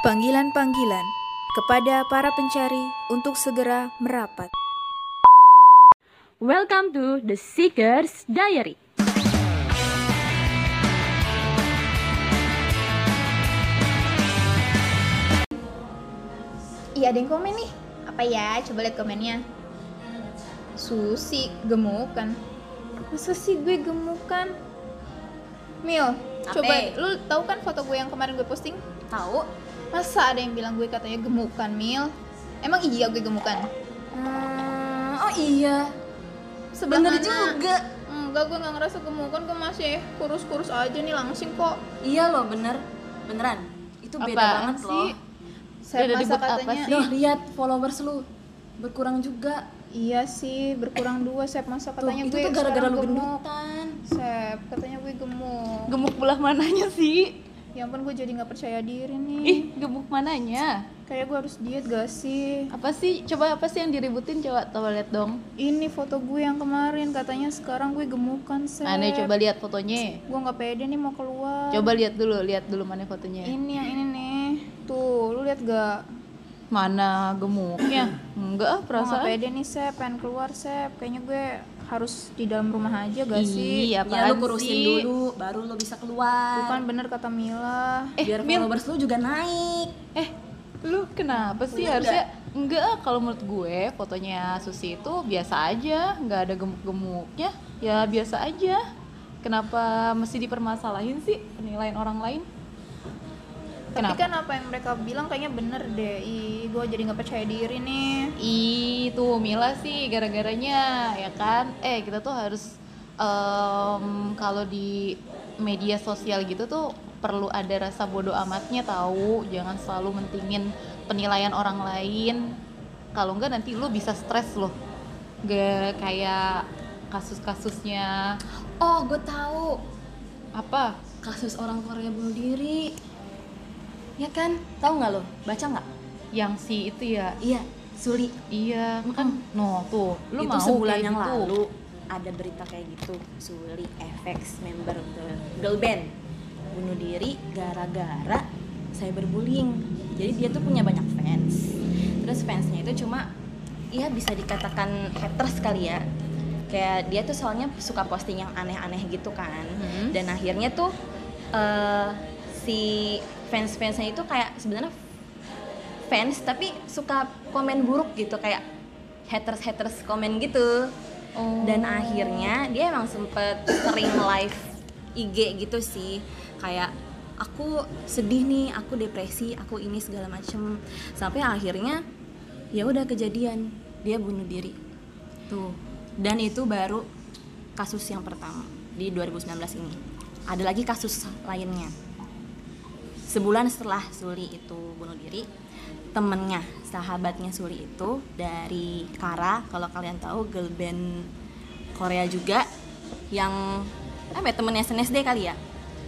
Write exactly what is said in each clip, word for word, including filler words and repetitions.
Panggilan-panggilan kepada para pencari untuk segera merapat. Welcome to The Seeker's Diary. Iya, ada yang komen nih. Apa ya? Coba lihat komennya. Susi gemukan. Masa sih gue gemukan? Mil, Ape. coba lu tahu kan foto gue yang kemarin gue posting? Tahu? Masa ada yang bilang gue katanya gemukan, Mil? Emang iya gue gemukan? Hmm, oh iya. Sebelah Bener mana? juga. Enggak, gue nggak ngerasa gemukan, gue masih kurus-kurus aja nih, langsing kok. Iya loh, bener, beneran. Itu beda Apaan banget sih? loh. Saya Beda masa dibuat apa katanya, sih? Loh, lihat followers lu berkurang juga. iya sih, berkurang dua. Sep, masa katanya Tuh, itu gue tuh gara-gara sekarang lu gemuk. gendutan. Sep, katanya gue gemuk. Gemuk belah mananya sih? Ya ampun, gue jadi nggak percaya diri nih. Ih, gemuk mananya? Kayak gue harus diet gak sih? Apa sih? Coba apa sih yang diributin? Coba coba lihat dong. Ini foto gue yang kemarin, katanya sekarang gue gemukan, Sep. Aneh, coba lihat fotonya. Gue nggak pede nih mau keluar. Coba lihat dulu, lihat dulu mana fotonya. Ini yang ini nih. Tuh, lu lihat gak? Mana gemuknya? Enggak ah, Gue nggak perasaan. pede nih, Sep. Pengen keluar, Sep. Kayaknya gue harus di dalam rumah aja gak sih? Iya, Ya lu apaan kurusin sih? dulu, baru lu bisa keluar. Bukan bener kata Mila. Eh, Biar Mil. followers lu juga naik. Eh, lu kenapa sih? Enggak. Harusnya enggak ah, kalau menurut gue fotonya Susi itu biasa aja, nggak ada gemuk-gemuknya, ya biasa aja. Kenapa mesti dipermasalahin sih penilaian orang lain? Tapi Kenapa? kan apa yang mereka bilang kayaknya bener deh. Ih, gue jadi nggak percaya diri nih. Ih, tuh Mila sih gara-garanya ya kan. Eh, kita tuh harus em, kalau di media sosial gitu tuh perlu ada rasa bodoh amatnya tahu. Jangan selalu mentingin penilaian orang lain. Kalau enggak nanti lu bisa stres loh. Gak kayak kasus-kasusnya Oh, gue tahu. apa? Kasus orang Korea bunuh diri. Ya kan? Tahu nggak lo? Baca nggak? Yang si itu ya. Iya, Suli. Iya, kan. No, tuh. Lu itu mau sebulan kayak yang gitu? lalu ada berita kayak gitu. Suli F X, member the girl band, bunuh diri gara-gara cyberbullying. Jadi dia tuh punya banyak fans. Terus fansnya itu cuma ya bisa dikatakan haters kali ya. Kayak dia tuh soalnya suka posting yang aneh-aneh gitu kan. Hmm. Dan akhirnya tuh eh, si fans-fansnya itu kayak sebenarnya fans tapi suka komen buruk gitu, kayak haters-haters komen gitu. Oh. Dan akhirnya dia emang sempet sering live I G gitu sih, kayak aku sedih nih, aku depresi, aku ini segala macem, sampai akhirnya ya udah kejadian dia bunuh diri tuh. Dan itu baru kasus yang pertama di dua ribu sembilan belas ini. Ada lagi kasus lainnya. Sebulan setelah Suli itu bunuh diri, temennya, sahabatnya Suli itu dari Kara, kalau kalian tahu girl band Korea juga, yang apa ya, temennya S N S D kali ya,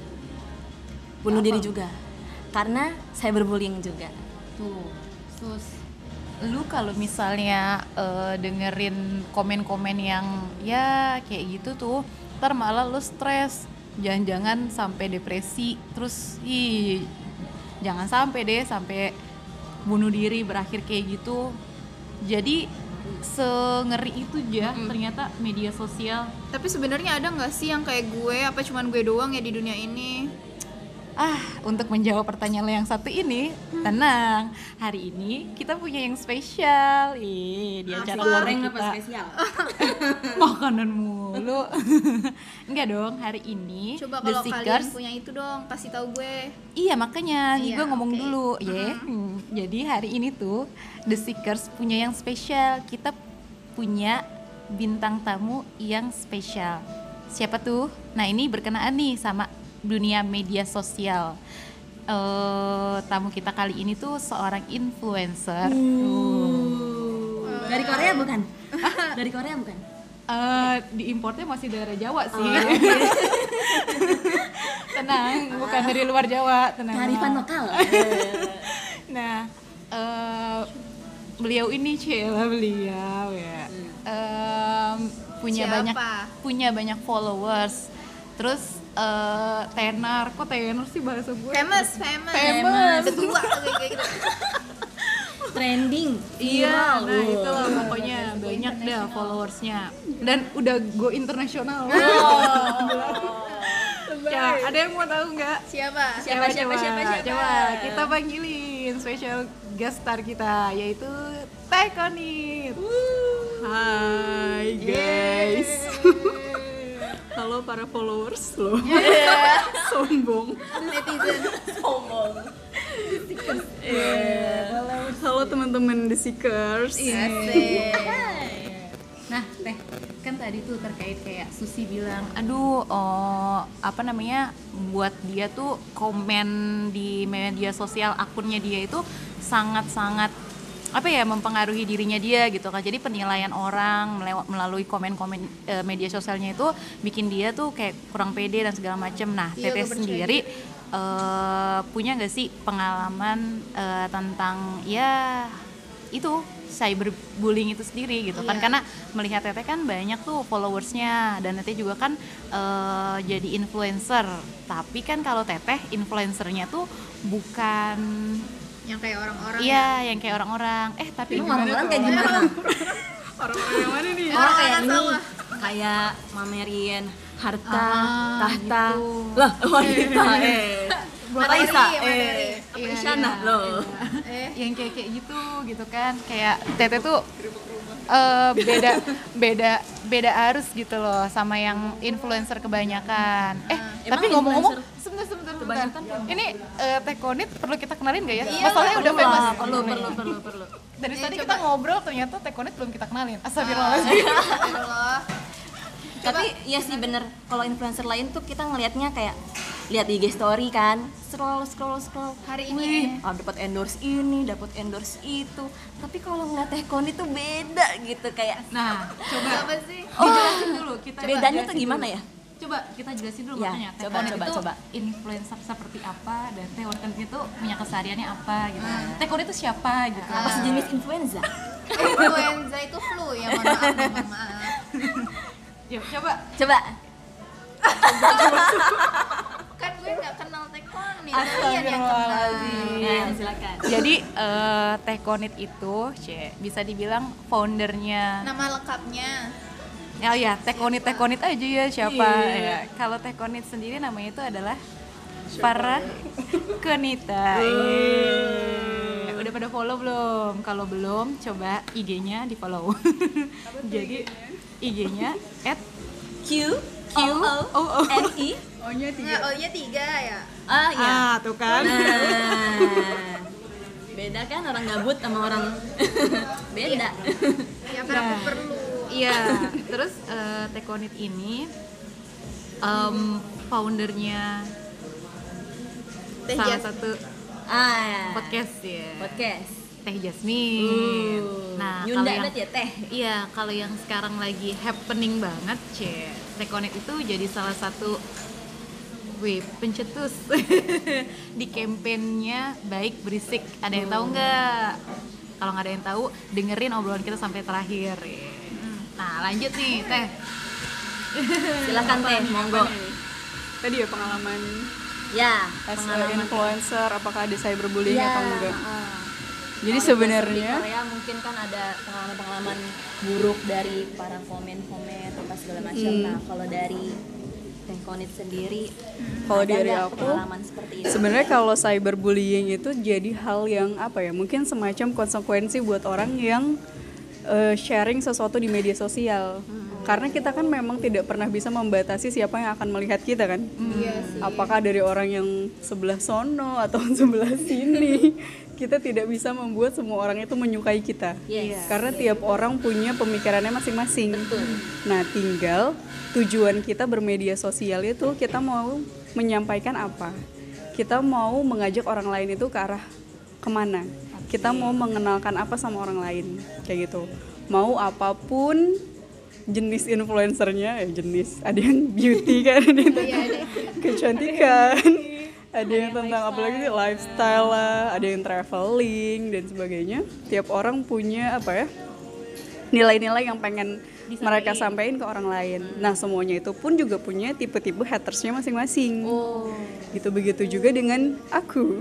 bunuh diri juga karena cyberbullying juga. Tuh, sus. Lu kalau misalnya eh, dengerin komen-komen yang ya kayak gitu tuh, ntar malah lu stres. Jangan-jangan sampai depresi, terus ih jangan sampai deh sampai bunuh diri berakhir kayak gitu. Jadi sengeri itu aja Mm-mm. ternyata media sosial. Tapi sebenarnya ada nggak sih yang kayak gue? Apa cuman gue doang ya di dunia ini? Ah, untuk menjawab pertanyaan lo yang satu ini, tenang. Hari ini kita punya yang spesial. Ih, di acara goreng kita. apa spesial? Makanan mulu. Enggak dong, hari ini Coba The kalau Seekers. kalian punya itu dong, kasih tahu gue. Iya, makanya Iya, gue ngomong oke. dulu, ya. Hmm, Jadi hari ini tuh The Seekers punya yang spesial. Kita punya bintang tamu yang spesial. Siapa tuh? Nah, ini berkenaan nih sama dunia media sosial. Eh, tamu kita kali ini tuh seorang influencer. Tuh. Dari Korea bukan? Dari Korea bukan? Eh, diimportnya masih dari Jawa sih. Oh, Tenang, bukan dari luar Jawa. Tenang. Kearifan lokal. Nah, eh, beliau ini Cila beliau ya. Em, punya Siapa? banyak punya banyak followers. Terus eh, tenar, kok tenar sih bahasa gue? Famous, famous. Famous. Berdua kayak gitu. Trending, Iya, viral. nah itu lah pokoknya banyak dah followersnya dan udah go internasional. Ya, ada yang mau tahu nggak? Siapa? Siapa, siapa, coba, siapa, siapa? Coba kita panggilin special guest star kita yaitu Teh Konit. Hai guys. Halo para followers lo. Sombong. Netizen. Sombong. Halo teman-teman The Seekers. Asik. Nah, Teh, kan tadi tuh terkait kayak Susi bilang, aduh, oh, apa namanya, buat dia tuh komen di media sosial akunnya dia itu sangat-sangat apa ya mempengaruhi dirinya dia gitu kan. Jadi penilaian orang melewat melalui komen-komen e, media sosialnya itu bikin dia tuh kayak kurang pede dan segala macem. Nah, Iya, Teteh gue percaya sendiri e, punya nggak sih pengalaman e, tentang ya itu cyberbullying itu sendiri gitu kan? Iya. Karena melihat Teteh kan banyak tuh followersnya dan Teteh juga kan e, jadi influencer. Tapi kan kalau Teteh influencernya tuh bukan Yang kayak orang-orang. iya yang kayak orang-orang. Eh tapi Lu gimana orang-orang tuh? kayak gimana? Orang-orang yang mana nih? Orang kayak Orang ini, sawah. kayak mamerin harta, Ah, tahta, gitu. lah wanita, eh, Materi, Raisa, materi. eh, apa Iya, Isyana, iya, loh. Eh, yang kayak kayak gitu gitu kan, kayak Teteh tuh eh, beda beda beda arus gitu loh sama yang influencer kebanyakan. Eh Emang tapi ngomong-ngomong influencer sebentar sebentar sebentar. kebanyakan kayak Ini eh, Teh Konit perlu kita kenalin gak ya? Iya, Masalahnya udah Perlu famous. lah, perlu, perlu, perlu, perlu. Dari Iya, tadi coba. kita ngobrol ternyata Teh Konit belum kita kenalin. Astagfirullahaladzim. astagfirullah. Tapi iya sih bener, kalau influencer lain tuh kita ngelihatnya kayak lihat di I G story kan, scroll scroll scroll Hari Wih, ini ah, dapat endorse ini, dapat endorse itu. Tapi kalau ngeliat Teh Konit tuh beda gitu kayak. Nah, coba apa sih? dijelasin dulu kita. Bedanya jelasin tuh gimana dulu. ya? Coba kita jelasin dulu Ya, makanya Teh coba, Konit coba, itu coba. influencer seperti apa dan Teh Konit itu punya kesehariannya apa gitu. Teh Konit itu siapa gitu. Apa sejenis influenza? Influenza itu flu ya, mohon maaf, mohon maaf. Yuk, coba. Coba. Kan gue nggak kenal Teh Konit, Astagfirullahaladzim. kalian yang kenal. Nah, silakan. Jadi eh, Teh Konit itu, cie, bisa dibilang foundernya. Nama lengkapnya. Oh ya, Teh Konit Teh Konit aja ya siapa? Iya. Ya, kalau Teh Konit sendiri namanya itu adalah Farah Konita. Iya. Udah pada follow belum? Kalau belum, coba I G-nya di follow. Jadi I G-nya at Q Q O O N I. O-nya Nggak, tiga. oh nya tiga ya. Ah ya. Ah, tuh kan. Nah, beda kan orang gabut sama orang beda. Ya karena aku perlu. Iya, terus eh, Teh Konit ini em, foundernya Teh salah Jas. satu Ah, podcast ya. podcast. Teh Jasmine. Uh, Nah, Yunda kalau yang banget ya teh. iya, kalau yang sekarang lagi happening banget, C, Teh Konit itu jadi salah satu wih, pencetus di kampanyenya Baik Berisik. Ada yang tahu nggak? Kalau nggak ada yang tahu, dengerin obrolan kita sampai terakhir. Ya. Nah, lanjut nih, Teh. Silakan teh, monggo. Tadi ya pengalaman Ya, as a pengalaman influencer, apakah ada cyberbullying ya, atau enggak? uh, Jadi kalau sebenarnya di Korea mungkin kan ada pengalaman-pengalaman buruk dari para komen-komen apa segala macam. Hmm. Nah, kalau dari Teh Konit sendiri, Kalau ada dari nggak aku, pengalaman seperti itu? sebenarnya kalau cyberbullying itu jadi hal yang apa ya? Mungkin semacam konsekuensi buat orang yang eh, sharing sesuatu di media sosial. Karena kita kan memang tidak pernah bisa membatasi siapa yang akan melihat kita kan. Iya sih. Apakah dari orang yang sebelah sono atau sebelah sini. Kita tidak bisa membuat semua orang itu menyukai kita. Yes. Karena tiap orang punya pemikirannya masing-masing. Nah, tinggal tujuan kita bermedia sosial itu kita mau menyampaikan apa. Kita mau mengajak orang lain itu ke arah kemana. Kita mau mengenalkan apa sama orang lain. Kayak gitu. Mau apapun jenis influencernya, ya jenis. Ada yang beauty kan, ada yang tentang kecantikan. Ada yang tentang apalagi sih lifestyle lah, ada yang traveling dan sebagainya. Tiap orang punya apa ya? nilai-nilai yang pengen mereka sampaikan ke orang lain. Nah semuanya itu pun juga punya tipe-tipe hatersnya masing-masing. Oh. Gitu begitu juga dengan aku.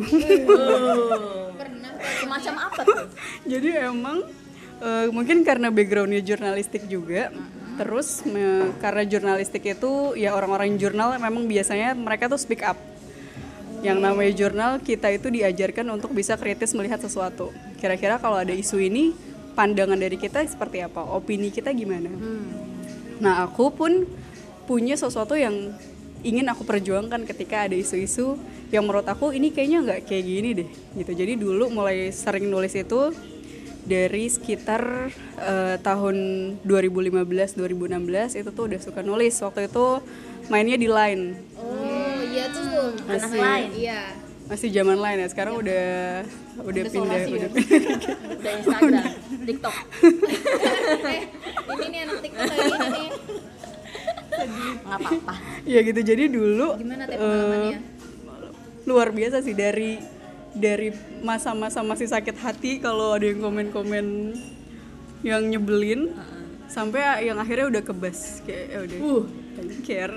Semacam apa tuh? Jadi emang uh, mungkin karena backgroundnya jurnalistik juga. Terus me, karena jurnalistik itu ya orang-orang jurnal memang biasanya mereka tuh speak up. Yang namanya jurnal kita itu diajarkan untuk bisa kritis melihat sesuatu. Kira-kira kalau ada isu ini pandangan dari kita seperti apa, opini kita gimana. Hmm. Nah aku pun punya sesuatu yang ingin aku perjuangkan ketika ada isu-isu yang menurut aku ini kayaknya nggak kayak gini deh gitu. Jadi dulu mulai sering nulis itu dari sekitar uh, tahun dua ribu lima belas dua ribu enam belas itu tuh udah suka nulis. Waktu itu mainnya di Line. Oh iya tuh Anak Line. Iya. Masih zaman Line ya, sekarang ya. udah udah, udah pindah solasi, udah ya? pindah Udah Instagram, TikTok. eh, ini nih anak TikTok kayak gini nih. Nggak apa-apa. ya gitu. Jadi dulu Gimana teh eh, pengalamannya? luar biasa sih, dari dari masa-masa masih sakit hati kalau ada yang komen-komen yang nyebelin uh-uh. sampai yang akhirnya udah kebas kayak ya udah uh don't care.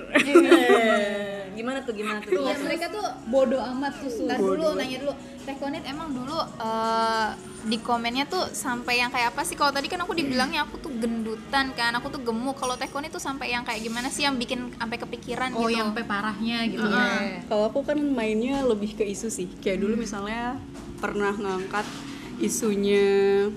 Gimana tuh gimana tuh? Iya mereka tuh Bodoh amat tuh. Ntar dulu nanya dulu Teh Konit emang dulu uh, di komennya tuh sampai yang kayak apa sih? Kalau tadi kan aku dibilangnya aku tuh gendutan kan, aku tuh gemuk. Kalau Teh Konit tuh sampai yang kayak gimana sih yang bikin sampai kepikiran Oh, gitu? yang sampai parahnya gitu. Uh-uh. ya. Kalau aku kan mainnya lebih ke isu sih. Kayak dulu misalnya pernah ngangkat isunya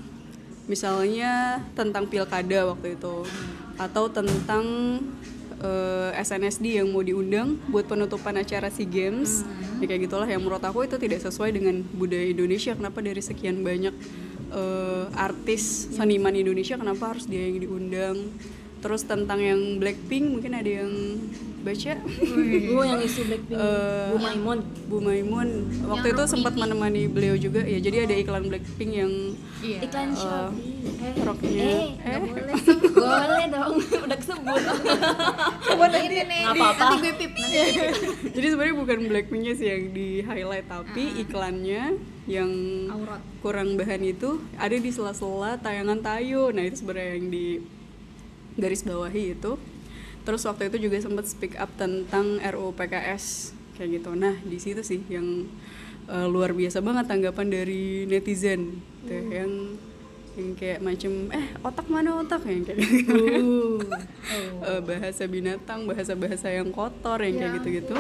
misalnya tentang pilkada waktu itu, atau tentang uh, S N S D yang mau diundang buat penutupan acara SEA Games. Ya kayak gitulah yang menurut aku itu tidak sesuai dengan budaya Indonesia. Kenapa dari sekian banyak uh, artis seniman Indonesia kenapa harus dia yang diundang? Terus tentang yang Blackpink mungkin ada yang baca. Oh yang isu Blackpink. Uh, Bu Maimun. Bu Maimun waktu itu sempat menemani beliau juga ya. Jadi ada iklan Blackpink yang Iya. Iklan uh, Shopee. roknya Eh, eh boleh sebut. Boleh dong. Udah kesebut. Buat ini nih, Nggak apa-apa. nanti gue pip nanti. jadi sebenarnya bukan Blackpinknya sih yang di highlight, tapi iklannya yang Aurat. kurang bahan itu ada di sela-sela tayangan Tayo. Nah itu sebenarnya yang di garis bawahi itu. Terus waktu itu juga sempat speak up tentang R U U P K S kayak gitu. Nah di situ sih yang uh, luar biasa banget tanggapan dari netizen tuh, hmm. yang yang kayak macam eh otak mana otak yang kayak gitu. Uh. uh, bahasa binatang, bahasa-bahasa yang kotor yang kayak gitu-gitu.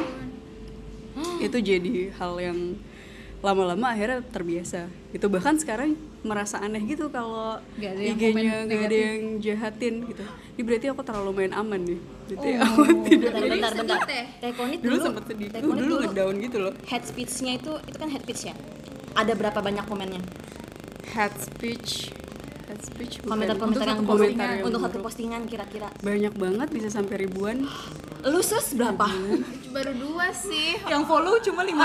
Itu jadi hal yang lama-lama akhirnya terbiasa. Itu bahkan sekarang merasa aneh gitu kalau I G-nya nggak ada yang jahatin gitu. Ini berarti aku terlalu main aman nih. Berarti Oh, aku tidak. bentar, bentar, bentar. Teh Konit Dulu dulu, sempet sedih. Teh Dulu, Konit dulu dulu ngedown gitu loh. head speech-nya itu, itu kan head speech ya? Ada berapa banyak komennya? Head speech, head speech. bukan. Komentar-komentar yang Untuk buruk komentar yang untuk satu buruk. postingan kira-kira. Banyak banget, bisa sampai ribuan. Lu sus berapa? Baru dua sih. Yang follow cuma lima.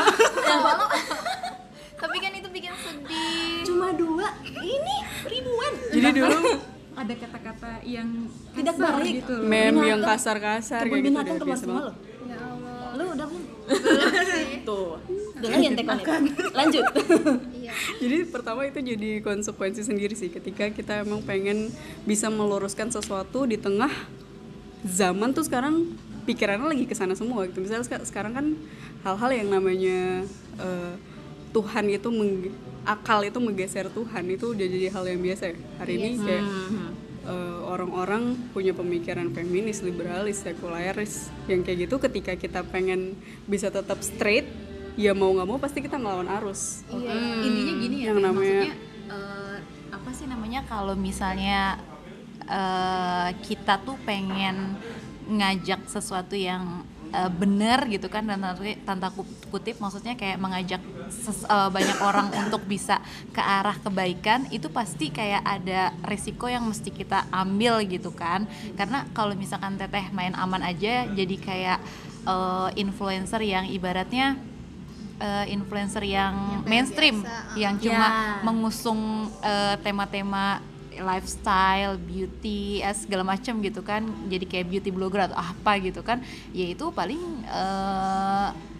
Tapi kan itu bikin sedih. Cuma dua. Ini ribuan. Jadi dulu Ada kata-kata yang Tidak kasar baik. gitu. meme Binatang. yang kasar-kasar Kebun kayak gitu binatang udah keluar biasa semua banget. lo. Lu udah belum? Tuh. Doain Teh Konit. Lanjut. Iya. Jadi pertama itu jadi konsekuensi sendiri sih ketika kita emang pengen bisa meluruskan sesuatu di tengah zaman tuh sekarang pikirannya lagi kesana semua gitu. Misalnya sek- sekarang kan hal-hal yang namanya uh, Tuhan itu meng- akal itu menggeser Tuhan itu udah jadi hal yang biasa ya. Hari ini kayak uh, orang-orang punya pemikiran feminis, liberalis, sekularis yang kayak gitu. Ketika kita pengen bisa tetap straight, ya mau nggak mau pasti kita ngelawan arus. Iya. Intinya gini ya. Yang Teh, namanya- maksudnya eh, apa sih namanya kalau misalnya eh, kita tuh pengen ngajak sesuatu yang uh, benar gitu kan, dan tanda, tanda kutip maksudnya kayak mengajak ses, uh, banyak orang untuk bisa ke arah kebaikan, itu pasti kayak ada risiko yang mesti kita ambil gitu kan. Karena kalau misalkan Teteh main aman aja jadi kayak uh, influencer yang ibaratnya uh, influencer yang, yang mainstream biasa, yang cuma yeah. mengusung uh, tema-tema lifestyle, beauty, eh, segala macam gitu kan, jadi kayak beauty blogger atau apa gitu kan, ya itu paling uh,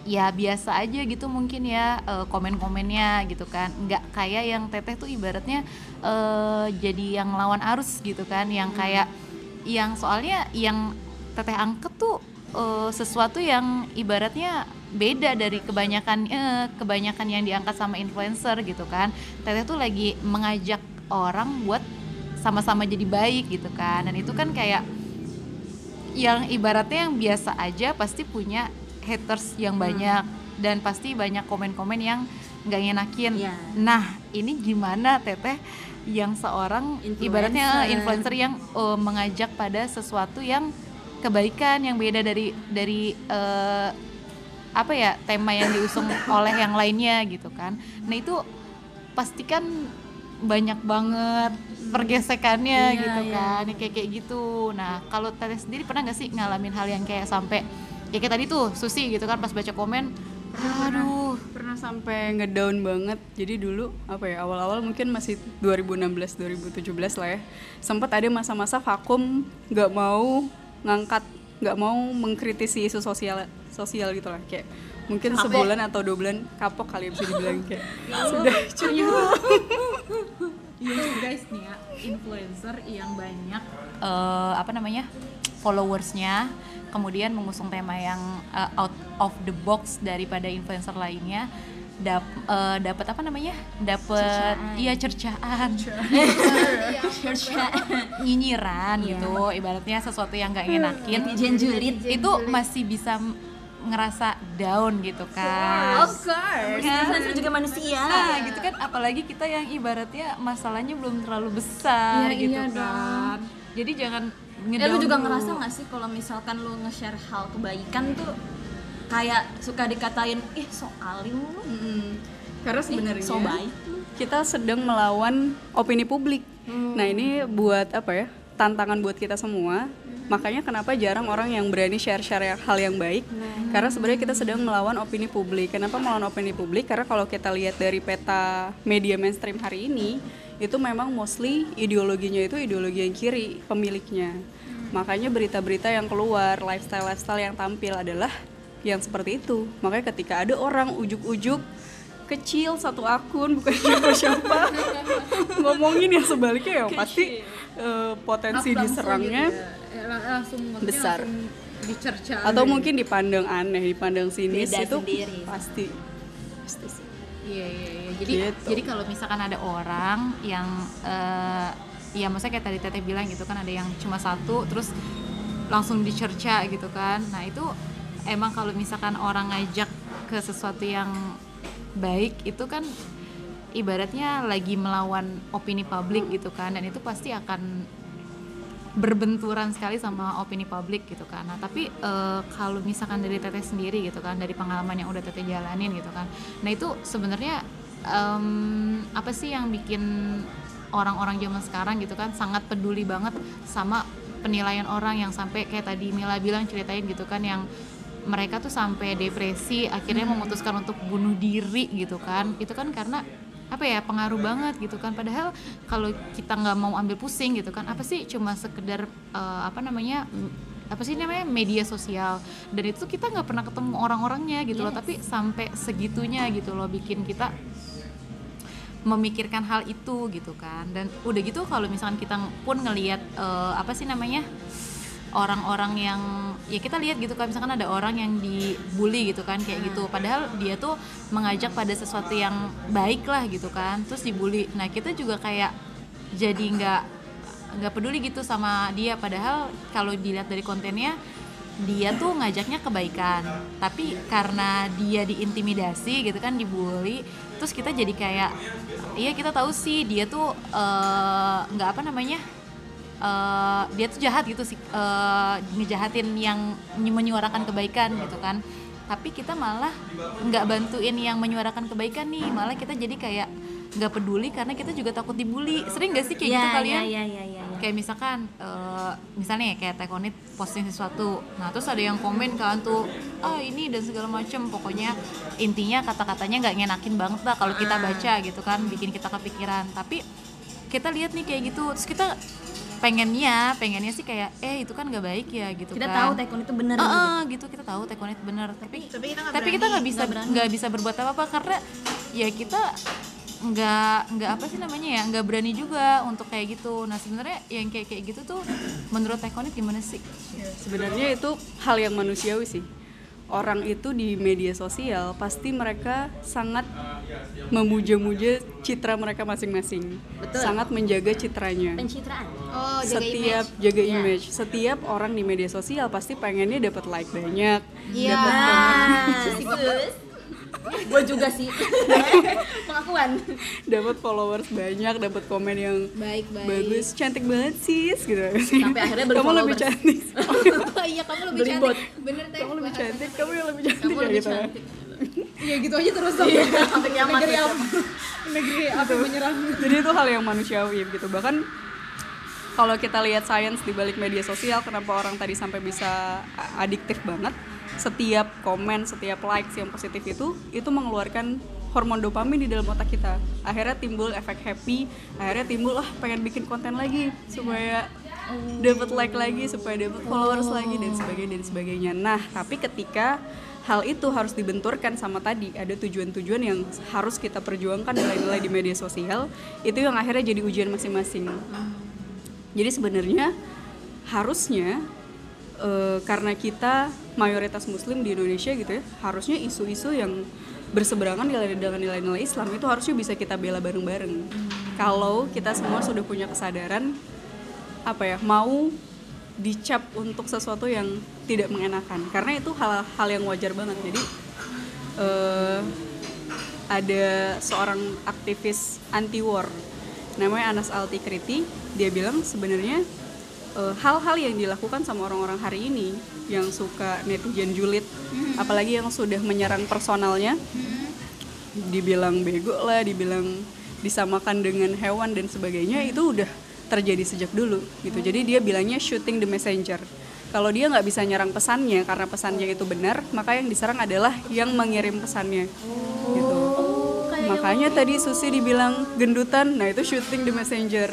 ya biasa aja gitu mungkin ya uh, komen-komennya gitu kan, nggak kayak yang Teteh tuh ibaratnya uh, jadi yang lawan arus gitu kan, yang kayak yang soalnya yang Teteh angket tuh uh, sesuatu yang ibaratnya beda dari kebanyakan eh, kebanyakan yang diangkat sama influencer gitu kan. Teteh tuh lagi mengajak orang buat sama-sama jadi baik gitu kan, dan itu kan kayak yang ibaratnya yang biasa aja pasti punya haters yang banyak hmm. dan pasti banyak komen-komen yang nggak ngenakin. Yeah. Nah ini gimana Teteh yang seorang influencer. ibaratnya influencer yang uh, mengajak pada sesuatu yang kebaikan yang beda dari dari uh, apa ya tema yang diusung oleh yang lainnya gitu kan. Nah itu pastikan banyak banget pergesekannya yeah, gitu kan, yeah. kayak kayak gitu. Nah kalau Teteh sendiri pernah nggak sih ngalamin hal yang kayak sampai ya kayak tadi tuh Susi gitu kan pas baca komen, aduh pernah, pernah sampai ngedown banget. Jadi dulu apa ya, awal-awal mungkin masih dua ribu enam belas dua ribu tujuh belas lah ya, sempat ada masa-masa vakum, nggak mau ngangkat, nggak mau mengkritisi isu sosial sosial gitu lah, kayak mungkin kapok. Sebulan atau dua bulan kapok kali bisa dibilang kayak sudah cukup. Iya guys nih ya, influencer yang banyak uh, apa namanya followersnya, kemudian mengusung tema yang uh, out of the box daripada influencer lainnya, dap, uh, dapat apa namanya dapat iya cercaan, nyinyiran gitu, ibaratnya sesuatu yang nggak ngenakin, julid itu masih bisa ngerasa down gitu kan. Of course, influencer juga manusia. Nah gitu kan, apalagi kita yang ibaratnya masalahnya belum terlalu besar ya, gitu iya kan. Dong. Jadi jangan ngedown. Ya lu juga dulu. ngerasa gak sih kalau misalkan lu nge-share hal kebaikan tuh kayak suka dikatain, ih sok alim lu. Mm-hmm. Karena sebenarnya so baik kita sedang melawan opini publik. Hmm. Nah ini buat apa ya, tantangan buat kita semua. Makanya kenapa jarang orang yang berani share-share hal yang baik, hmm. karena sebenarnya kita sedang melawan opini publik. Kenapa melawan opini publik? Karena kalau kita lihat dari peta media mainstream hari ini, itu memang mostly ideologinya itu ideologi yang kiri pemiliknya. Hmm. Makanya berita-berita yang keluar, lifestyle-lifestyle yang tampil adalah yang seperti itu. Makanya ketika ada orang ujuk-ujuk kecil satu akun, bukan siapa-siapa ngomongin yang sebaliknya, ya pasti uh, potensi langsung diserangnya gitu ya. langsung, besar langsung dicerca atau mungkin dipandang aneh, dipandang sinis. Beda itu sendiri. pasti pasti sih. Iya iya iya. Jadi gitu. jadi kalau misalkan ada orang yang uh, ya maksudnya kayak tadi Teteh bilang gitu kan, ada yang cuma satu terus langsung dicerca gitu kan. Nah itu emang kalau misalkan orang ngajak ke sesuatu yang baik itu kan ibaratnya lagi melawan opini publik gitu kan, dan itu pasti akan berbenturan sekali sama opini publik gitu kan. Nah tapi e, kalau misalkan dari Teteh sendiri gitu kan, dari pengalaman yang udah Teteh jalanin gitu kan, nah itu sebenarnya um, apa sih yang bikin orang-orang zaman sekarang gitu kan sangat peduli banget sama penilaian orang, yang sampai kayak tadi Mila bilang ceritain gitu kan, yang mereka tuh sampai depresi, akhirnya memutuskan untuk bunuh diri gitu kan. Itu kan karena apa ya, pengaruh banget gitu kan. Padahal kalau kita nggak mau ambil pusing gitu kan, apa sih cuma sekedar uh, apa namanya apa sih namanya media sosial, dan itu kita nggak pernah ketemu orang-orangnya gitu yes. loh, tapi sampai segitunya gitu loh bikin kita memikirkan hal itu gitu kan. Dan udah gitu kalau misalkan kita pun ngelihat uh, apa sih namanya orang-orang yang ya kita lihat gitu kan, misalkan ada orang yang dibully gitu kan kayak gitu, padahal dia tuh mengajak pada sesuatu yang baik lah gitu kan, terus dibully. Nah kita juga kayak jadi nggak nggak peduli gitu sama dia, padahal kalau dilihat dari kontennya dia tuh ngajaknya kebaikan, tapi karena dia diintimidasi gitu kan, dibully, terus kita jadi kayak iya kita tahu sih dia tuh nggak uh, apa namanya Uh, dia tuh jahat gitu sih, uh, ngejahatin yang menyuarakan kebaikan gitu kan, tapi kita malah nggak bantuin yang menyuarakan kebaikan nih, malah kita jadi kayak nggak peduli karena kita juga takut dibully. Sering nggak sih kayak ya, gitu kalian? Ya, ya, ya, ya, ya. Kayak misalkan uh, misalnya ya kayak Tekonit posting sesuatu, nah terus ada yang komen kan tuh, ah ini dan segala macem, pokoknya intinya kata-katanya nggak ngenakin banget lah kalau kita baca gitu kan, bikin kita kepikiran. Tapi kita lihat nih kayak gitu, terus kita pengennya pengennya sih kayak eh itu kan nggak baik ya gitu Kita kan. tahu taekwondo itu benar Ah, gitu. ah, gitu kita tahu taekwondo itu benar tapi tapi kita nggak tapi kita berani, nggak bisa nggak berani. nggak bisa berbuat apa-apa karena ya kita nggak nggak apa sih namanya ya nggak berani juga untuk kayak gitu. Nah sebenarnya yang kayak kayak gitu tuh menurut taekwondo gimana sih? Sebenarnya itu hal yang manusiawi sih. Orang itu di media sosial pasti mereka sangat memuja-muja citra mereka masing-masing. Betul. Sangat menjaga citranya. Pencitraan. oh jaga Setiap image. jaga Iya. image, setiap orang di media sosial pasti pengennya dapat like banyak, Iya. dapat komen, Nah, gue juga sih. Pengakuan. dapat followers banyak, dapat komen yang baik baik bagus, cantik banget sis gitu. Sampai akhirnya beli kamu lebih followers. cantik, oh iya kamu lebih Beli cantik bot. bener teh kamu lebih bahasa. cantik, kamu yang lebih cantik Kamu ya lebih gitu. ya. cantik. iya gitu aja terus dong Sampai kiamat. negeri apa negeri apa menyerang Jadi itu hal yang manusiawi gitu. Bahkan kalau kita lihat sains di balik media sosial, kenapa orang tadi sampai bisa adiktif banget? Setiap komen, setiap likes yang positif itu, itu mengeluarkan hormon dopamin di dalam otak kita. Akhirnya timbul efek happy, akhirnya timbul ah pengen bikin konten lagi supaya dapat like lagi, supaya dapat followers lagi dan sebagainya dan sebagainya. Nah, tapi ketika hal itu harus dibenturkan sama tadi ada tujuan-tujuan yang harus kita perjuangkan nilai-nilai di media sosial, itu yang akhirnya jadi ujian masing-masing. Jadi sebenarnya harusnya e, karena kita mayoritas muslim di Indonesia gitu ya, harusnya isu-isu yang berseberangan dengan nilai-nilai Islam itu harusnya bisa kita bela bareng-bareng. Kalau kita semua sudah punya kesadaran apa ya, mau dicap untuk sesuatu yang tidak mengenakan, karena itu hal-hal yang wajar banget. Jadi e, ada seorang aktivis anti-war namanya Anas Al-Tikriti, dia bilang sebenarnya e, hal-hal yang dilakukan sama orang-orang hari ini yang suka netizen julid, mm-hmm. apalagi yang sudah menyerang personalnya, mm-hmm. dibilang bego lah, dibilang disamakan dengan hewan dan sebagainya, itu udah terjadi sejak dulu gitu. Jadi dia bilangnya shooting the messenger. Kalau dia nggak bisa nyerang pesannya karena pesannya itu benar, maka yang diserang adalah yang mengirim pesannya, gitu. Makanya tadi Susi dibilang gendutan, nah itu shooting the messenger.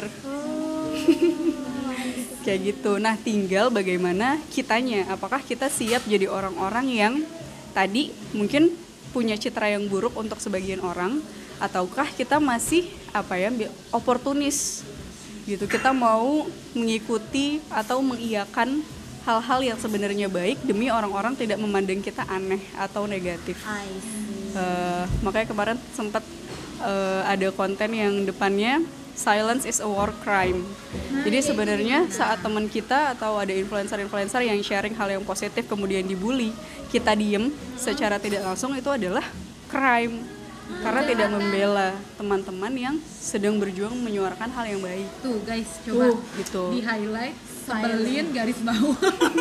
Kayak gitu. Nah tinggal bagaimana kitanya, apakah kita siap jadi orang-orang yang tadi mungkin punya citra yang buruk untuk sebagian orang, ataukah kita masih apa ya, oportunis gitu, kita mau mengikuti atau mengiyakan hal-hal yang sebenarnya baik demi orang-orang tidak memandang kita aneh atau negatif. Uh, makanya kemarin sempat uh, ada konten yang depannya silence is a war crime. Jadi sebenarnya saat teman kita atau ada influencer-influencer yang sharing hal yang positif kemudian dibully, kita diem secara tidak langsung, itu adalah crime. Karena tidak membela teman-teman yang sedang berjuang menyuarakan hal yang baik. Tuh guys, coba uh, gitu. di highlight, sebelin garis bawah.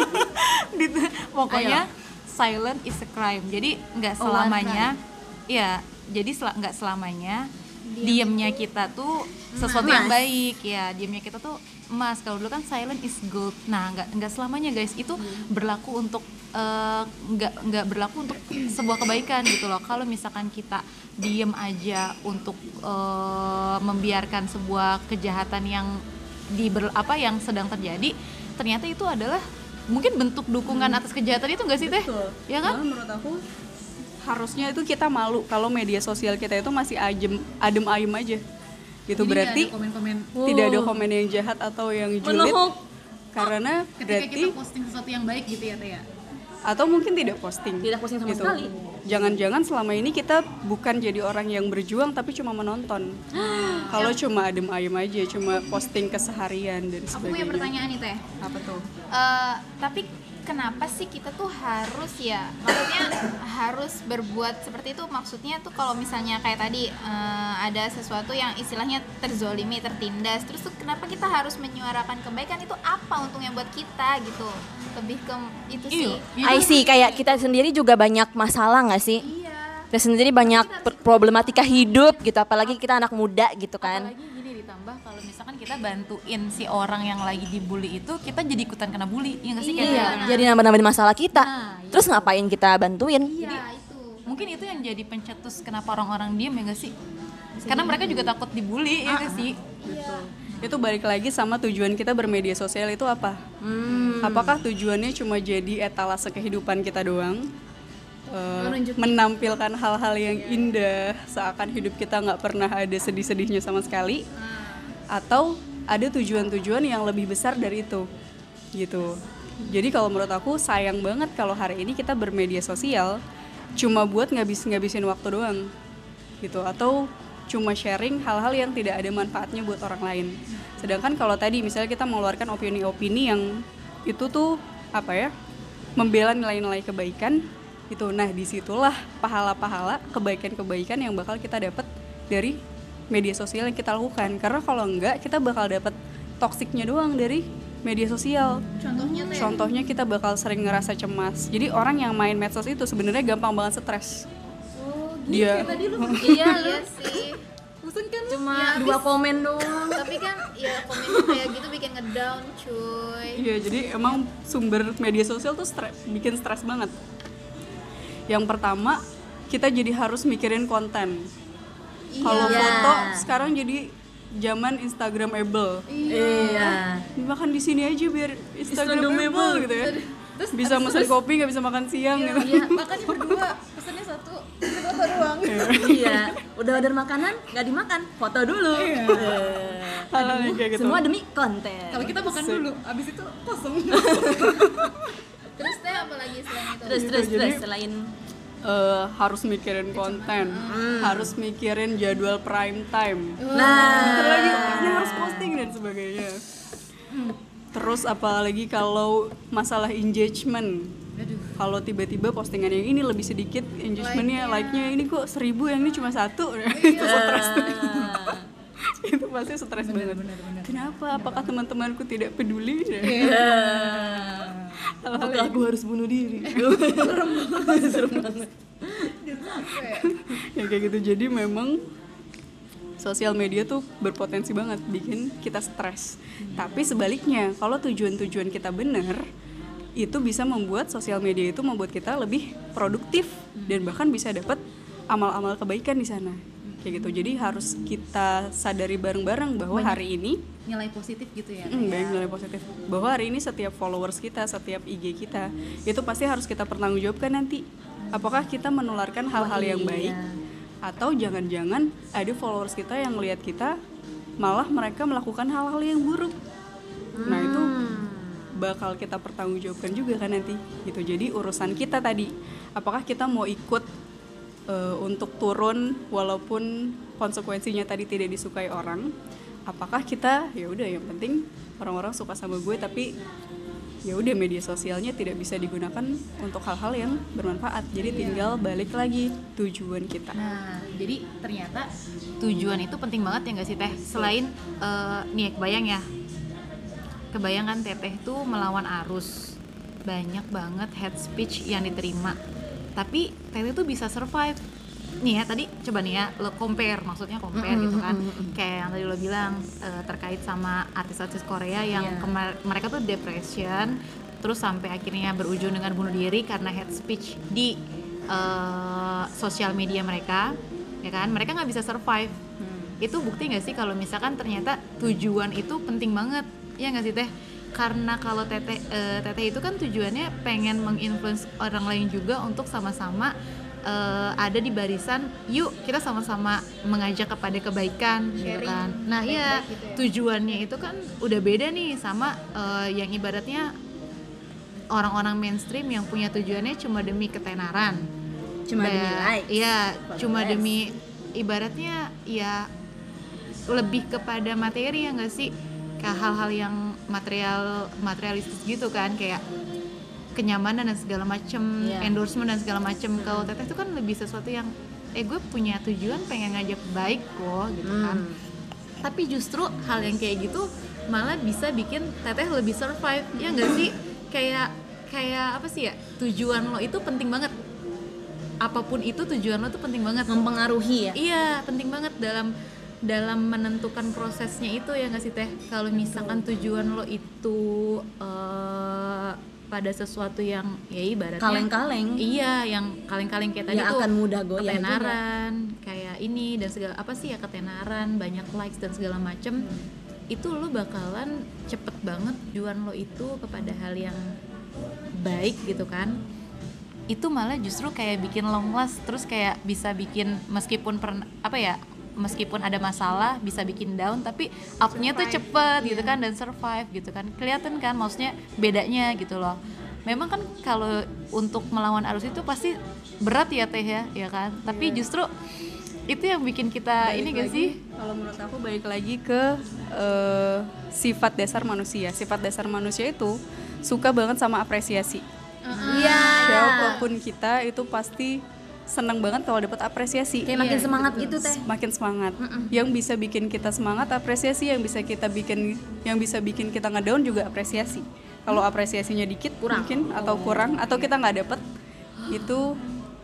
Pokoknya silent is a crime. Jadi nggak selamanya, ya. Jadi sel- nggak selamanya diemnya kita tuh sesuatu yang baik, ya. Diemnya kita tuh emas. Kalau dulu kan silent is gold. Nah, nggak nggak selamanya guys. Itu berlaku untuk uh, nggak nggak berlaku untuk sebuah kebaikan gitu loh. Kalau misalkan kita diem aja untuk uh, membiarkan sebuah kejahatan yang di ber, apa yang sedang terjadi, ternyata itu adalah mungkin bentuk dukungan hmm. atas kejahatan itu nggak sih Teh? Ya kan? Nah, menurut aku harusnya itu kita malu kalau media sosial kita itu masih ajem, adem ayem aja gitu. Jadi berarti ada komen-komen, tidak ada komen yang jahat atau yang julid, karena ketika berarti kita posting sesuatu yang baik gitu ya Teh ya? Atau mungkin tidak posting tidak posting sama gitu. sekali. Jangan-jangan selama ini kita bukan jadi orang yang berjuang tapi cuma menonton. Kalau cuma adem ayem aja, cuma posting keseharian dan Aku punya sebagainya. pertanyaan nih Teh. Apa tuh? Eh, tapi kenapa sih kita tuh harus ya, maksudnya harus berbuat seperti itu? Maksudnya tuh kalau misalnya kayak tadi eh, ada sesuatu yang istilahnya terzolimi, tertindas, terus tuh kenapa kita harus menyuarakan kebaikan? Itu apa untungnya buat kita gitu? Lebih ke itu sih. I see, kayak kita sendiri juga banyak masalah nggak sih? Iya. Kita sendiri banyak per- problematika hidup gitu, apalagi kita anak muda gitu kan. Apalagi gini, ditambah kalau misalkan kita bantuin si orang yang lagi dibully itu, kita jadi ikutan kena bully, ya nggak sih? Kayak Iya, gitu. jadi nambah-nambahin masalah kita. Nah, iya. Terus ngapain kita bantuin? Iya itu. Mungkin itu yang jadi pencetus kenapa orang-orang diem ya nggak sih? Karena mereka juga takut dibully, ya nggak sih? Iya. itu balik lagi sama tujuan kita bermedia sosial itu apa. Hmm. Apakah tujuannya cuma jadi etalase kehidupan kita doang, uh, Menunjukin. menampilkan hal-hal yang indah seakan hidup kita nggak pernah ada sedih-sedihnya sama sekali, atau ada tujuan-tujuan yang lebih besar dari itu gitu. Jadi kalau menurut aku sayang banget kalau hari ini kita bermedia sosial cuma buat ngabis-ngabisin waktu doang gitu, atau cuma sharing hal-hal yang tidak ada manfaatnya buat orang lain. Sedangkan kalau tadi misalnya kita mengeluarkan opini-opini yang itu tuh apa ya, membela nilai-nilai kebaikan itu, nah disitulah pahala-pahala kebaikan-kebaikan yang bakal kita dapat dari media sosial yang kita lakukan. Karena kalau enggak kita bakal dapat toksiknya doang dari media sosial. Contohnya teh. Contohnya kita bakal sering ngerasa cemas. Jadi orang yang main medsos itu sebenarnya gampang banget stres. Dia Iya, iya sih. Cuma dua komen doang. Tapi kan ya komennya kayak gitu bikin ngedown, cuy. Iya, jadi emang sumber media sosial tuh stres, bikin stres banget. Yang pertama, kita jadi harus mikirin konten. Kalau Iya. foto sekarang jadi zaman Instagramable. Iya. Makan di sini aja biar Instagramable gitu ya. Bisa mesen kopi nggak bisa makan siang gitu. Iya. Makannya berdua, pesannya satu, foto doang. Iya. Udah order makanan, nggak dimakan, foto dulu. Eh, Hal-hal yang kayak gitu. Semua demi konten. Kalau kita makan dulu, abis itu kosong. Terus teh apa lagi selain itu? Terus terus Jadi- terus selain Eh, harus mikirin konten, harus mikirin jadwal prime time. nah Bentar lagi ini harus posting dan sebagainya. Terus apalagi kalau masalah engagement, kalau tiba-tiba postingan yang ini lebih sedikit engagementnya, like-nya ini kok seribu, yang ini cuma satu. Itu stres tuh. Itu pasti stres banget. Kenapa? Apakah teman-temanku tidak peduli? Apakah aku harus bunuh diri? Ya kayak gitu. Jadi memang sosial media tuh berpotensi banget bikin kita stres. Tapi sebaliknya, kalau tujuan-tujuan kita benar, itu bisa membuat sosial media itu membuat kita lebih produktif dan bahkan bisa dapat amal-amal kebaikan di sana. Kayak gitu. Jadi harus kita sadari bareng-bareng bahwa hari ini Nilai positif gitu ya. Hmm, banyak nilai positif. Bahwa hari ini setiap followers kita, setiap I G kita, itu pasti harus kita pertanggungjawabkan nanti. Apakah kita menularkan hal-hal yang baik, atau jangan-jangan ada followers kita yang melihat kita malah mereka melakukan hal-hal yang buruk. Nah itu bakal kita pertanggungjawabkan juga kan nanti. Gitu. Jadi urusan kita tadi, apakah kita mau ikut uh, untuk turun walaupun konsekuensinya tadi tidak disukai orang? Apakah kita ya udah yang penting orang-orang suka sama gue, tapi ya udah media sosialnya tidak bisa digunakan untuk hal-hal yang bermanfaat. Jadi tinggal balik lagi tujuan kita. Nah, jadi ternyata tujuan itu penting banget ya nggak sih Teh? Selain uh, nih kebayang ya, kebayang kan Teteh tuh melawan arus, banyak banget hate speech yang diterima, tapi Teteh tuh bisa survive. Nih ya tadi coba nih ya lo compare, maksudnya compare gitu kan, kayak yang tadi lo bilang uh, terkait sama artis-artis Korea yang Yeah. kemar- mereka tuh depression, terus sampai akhirnya berujung dengan bunuh diri karena hate speech di uh, sosial media mereka, ya kan? Mereka nggak bisa survive. Itu bukti nggak sih kalau misalkan ternyata tujuan itu penting banget, ya nggak sih Teh? Karena kalau Teteh uh, Teteh itu kan tujuannya pengen menginfluence orang lain juga untuk sama-sama uh, ada di barisan, yuk kita sama-sama mengajak kepada kebaikan gitu kan. Nah iya, tujuannya itu kan udah beda nih sama uh, yang ibaratnya orang-orang mainstream yang punya tujuannya cuma demi ketenaran, Cuma demi Ba- likes, iya, followers. cuma demi ibaratnya ya lebih kepada materi, ya nggak sih, kayak hal-hal yang material materialistis gitu kan, kayak kenyamanan dan segala macem, Iya. endorsement dan segala macem. Kalau Teteh itu kan lebih sesuatu yang eh gue punya tujuan pengen ngajak baik kok gitu kan. Hmm. Tapi justru hal yang kayak gitu malah bisa bikin Teteh lebih survive, ya nggak sih? Kayak kayak apa sih ya, tujuan lo itu penting banget, apapun itu tujuan lo tuh penting banget, Mempengaruhi ya. iya penting banget dalam dalam menentukan prosesnya itu, ya nggak sih Teh? Kalau misalkan tujuan lo itu eh, pada sesuatu yang ya ibaratnya Kaleng-kaleng. iya, yang kaleng-kaleng kayak tadi Ya tuh akan mudah goyah juga. ketenaran kayak ini dan segala apa sih ya, ketenaran, banyak likes dan segala macem, itu lo bakalan cepet banget tujuan lo itu kepada hal yang baik gitu kan, itu malah justru kayak bikin long last, terus kayak bisa bikin meskipun pernah apa ya meskipun ada masalah bisa bikin down, tapi up-nya tuh cepet gitu kan, dan survive gitu kan, kelihatan kan maksudnya bedanya gitu loh. Memang kan kalau untuk melawan arus itu pasti berat ya Teh ya, ya kan, tapi justru itu yang bikin kita Balik ini gak lagi, sih? Kalau menurut aku balik lagi ke uh, sifat dasar manusia. Sifat dasar manusia itu suka banget sama apresiasi. Iya. Siapapun kita itu pasti seneng banget kalau dapat apresiasi. Kayak makin semangat gitu Teh. Makin semangat. Yang bisa bikin kita semangat apresiasi, yang bisa kita bikin yang bisa bikin kita ngedown juga apresiasi. Kalau apresiasinya dikit Kurang. mungkin atau kurang atau kita nggak dapet itu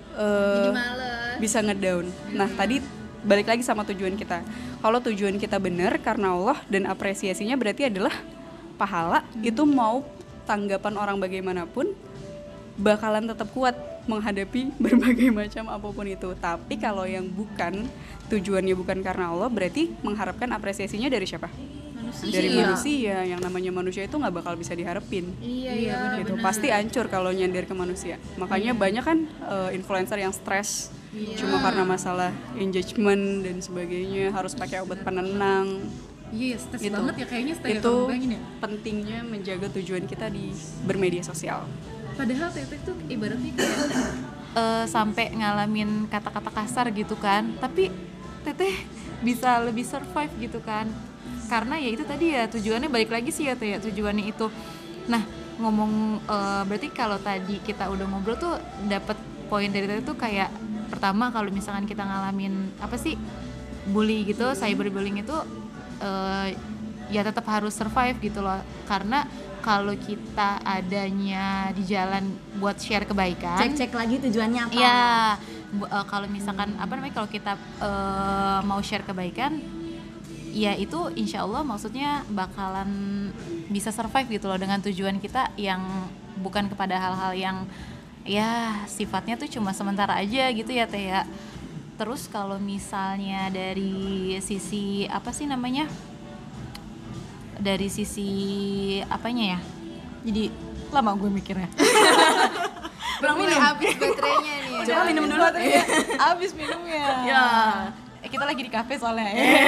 uh, bisa ngedown. Nah tadi balik lagi sama tujuan kita. Kalau tujuan kita benar karena Allah dan apresiasinya berarti adalah pahala, itu mau tanggapan orang bagaimanapun bakalan tetap kuat menghadapi berbagai macam apapun itu. Tapi kalau yang bukan, tujuannya bukan karena Allah, berarti mengharapkan apresiasinya dari siapa? Manusia. Dari manusia. Yang namanya manusia itu nggak bakal bisa diharapin. Iya, iya, Gitu. Pasti hancur kalau nyender ke manusia. Makanya banyak kan uh, influencer yang stres cuma karena masalah engagement dan sebagainya, harus pakai obat penenang. Iya, stres Gitu. banget ya kayaknya stres Itu ya. pentingnya menjaga tujuan kita di bermedia sosial. Padahal Teteh tuh ibaratnya kayak uh, sampai ngalamin kata-kata kasar gitu kan, tapi Teteh bisa lebih survive gitu kan, karena ya itu tadi ya tujuannya, balik lagi sih ya Teh ya, tujuannya itu. Nah ngomong uh, berarti kalau tadi kita udah ngobrol tuh dapat poin dari Teteh tuh kayak pertama kalau misalkan kita ngalamin apa sih bully gitu, cyberbullying itu uh, ya tetap harus survive gitu loh, karena kalau kita adanya di jalan buat share kebaikan, Cek-cek lagi tujuannya apa. ya bu- uh, kalau misalkan apa namanya kalau kita uh, mau share kebaikan, ya itu insya Allah maksudnya bakalan bisa survive gitu loh dengan tujuan kita yang bukan kepada hal-hal yang ya sifatnya tuh cuma sementara aja gitu ya Teh ya. Terus kalau misalnya dari sisi apa sih namanya, dari sisi apanya ya, jadi lama gue mikirnya. Belum minum habis baterainya nih. Coba minum dulu Teh. Abis minumnya ya, eh, kita lagi di kafe soalnya.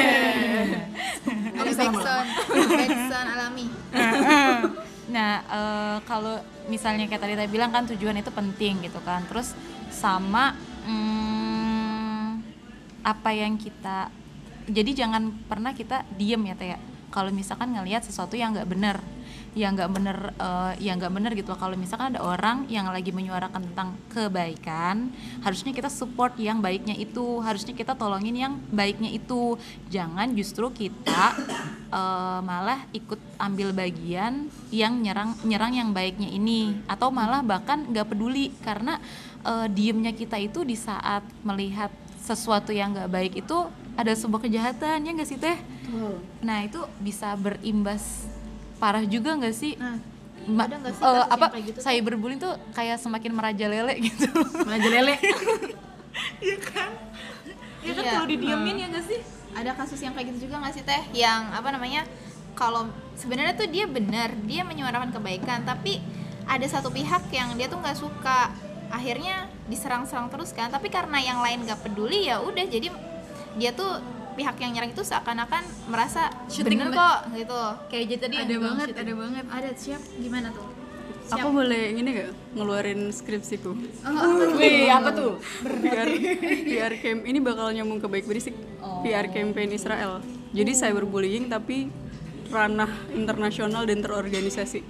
Ada backsound, backsound alami. Nah uh, kalau misalnya kayak tadi Teh bilang kan tujuan itu penting gitu kan, terus sama hmm, apa yang kita, jadi jangan pernah kita diem ya Teh ya, kalau misalkan ngelihat sesuatu yang nggak benar, yang nggak benar, uh, yang nggak benar gitu. Kalau misalkan ada orang yang lagi menyuarakan tentang kebaikan, harusnya kita support yang baiknya itu, harusnya kita tolongin yang baiknya itu. Jangan justru kita uh, malah ikut ambil bagian yang nyerang nyerang yang baiknya ini, atau malah bahkan nggak peduli karena uh, diemnya kita itu di saat melihat sesuatu yang nggak baik itu ada sebuah kejahatan, ya nggak sih Teh? Nah itu bisa berimbas parah juga nggak sih? Nah, Ma- ada nggak sih uh, kasus apa yang kayak gitu, Teh? cyberbullying tuh kayak semakin merajalela gitu. Merajalela. Iya kan? Ya kan Iya. kalau didiemin ya nggak sih? Ada kasus yang kayak gitu juga nggak sih Teh, yang apa namanya, kalau sebenarnya tuh dia benar, dia menyuarakan kebaikan, tapi ada satu pihak yang dia tuh nggak suka, akhirnya diserang-serang terus kan, tapi karena yang lain nggak peduli ya udah, jadi dia tuh pihak yang nyerang itu seakan-akan merasa Syuting bener ba- kok gitu. Kayak jadi tadi Ada yang banget, syuting. ada banget. Ada, siap, gimana tuh? Aku boleh ini gak ngeluarin skripsiku? Oh, Wih, apa tuh? P R P R camp ini bakal nyambung ke baik berisik. P R campaign Israel. Jadi cyberbullying tapi ranah internasional dan terorganisasi.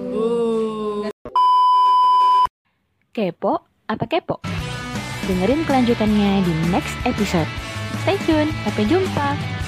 Kepo apa kepo? Dengerin kelanjutannya di next episode. Stay tune, sampai jumpa.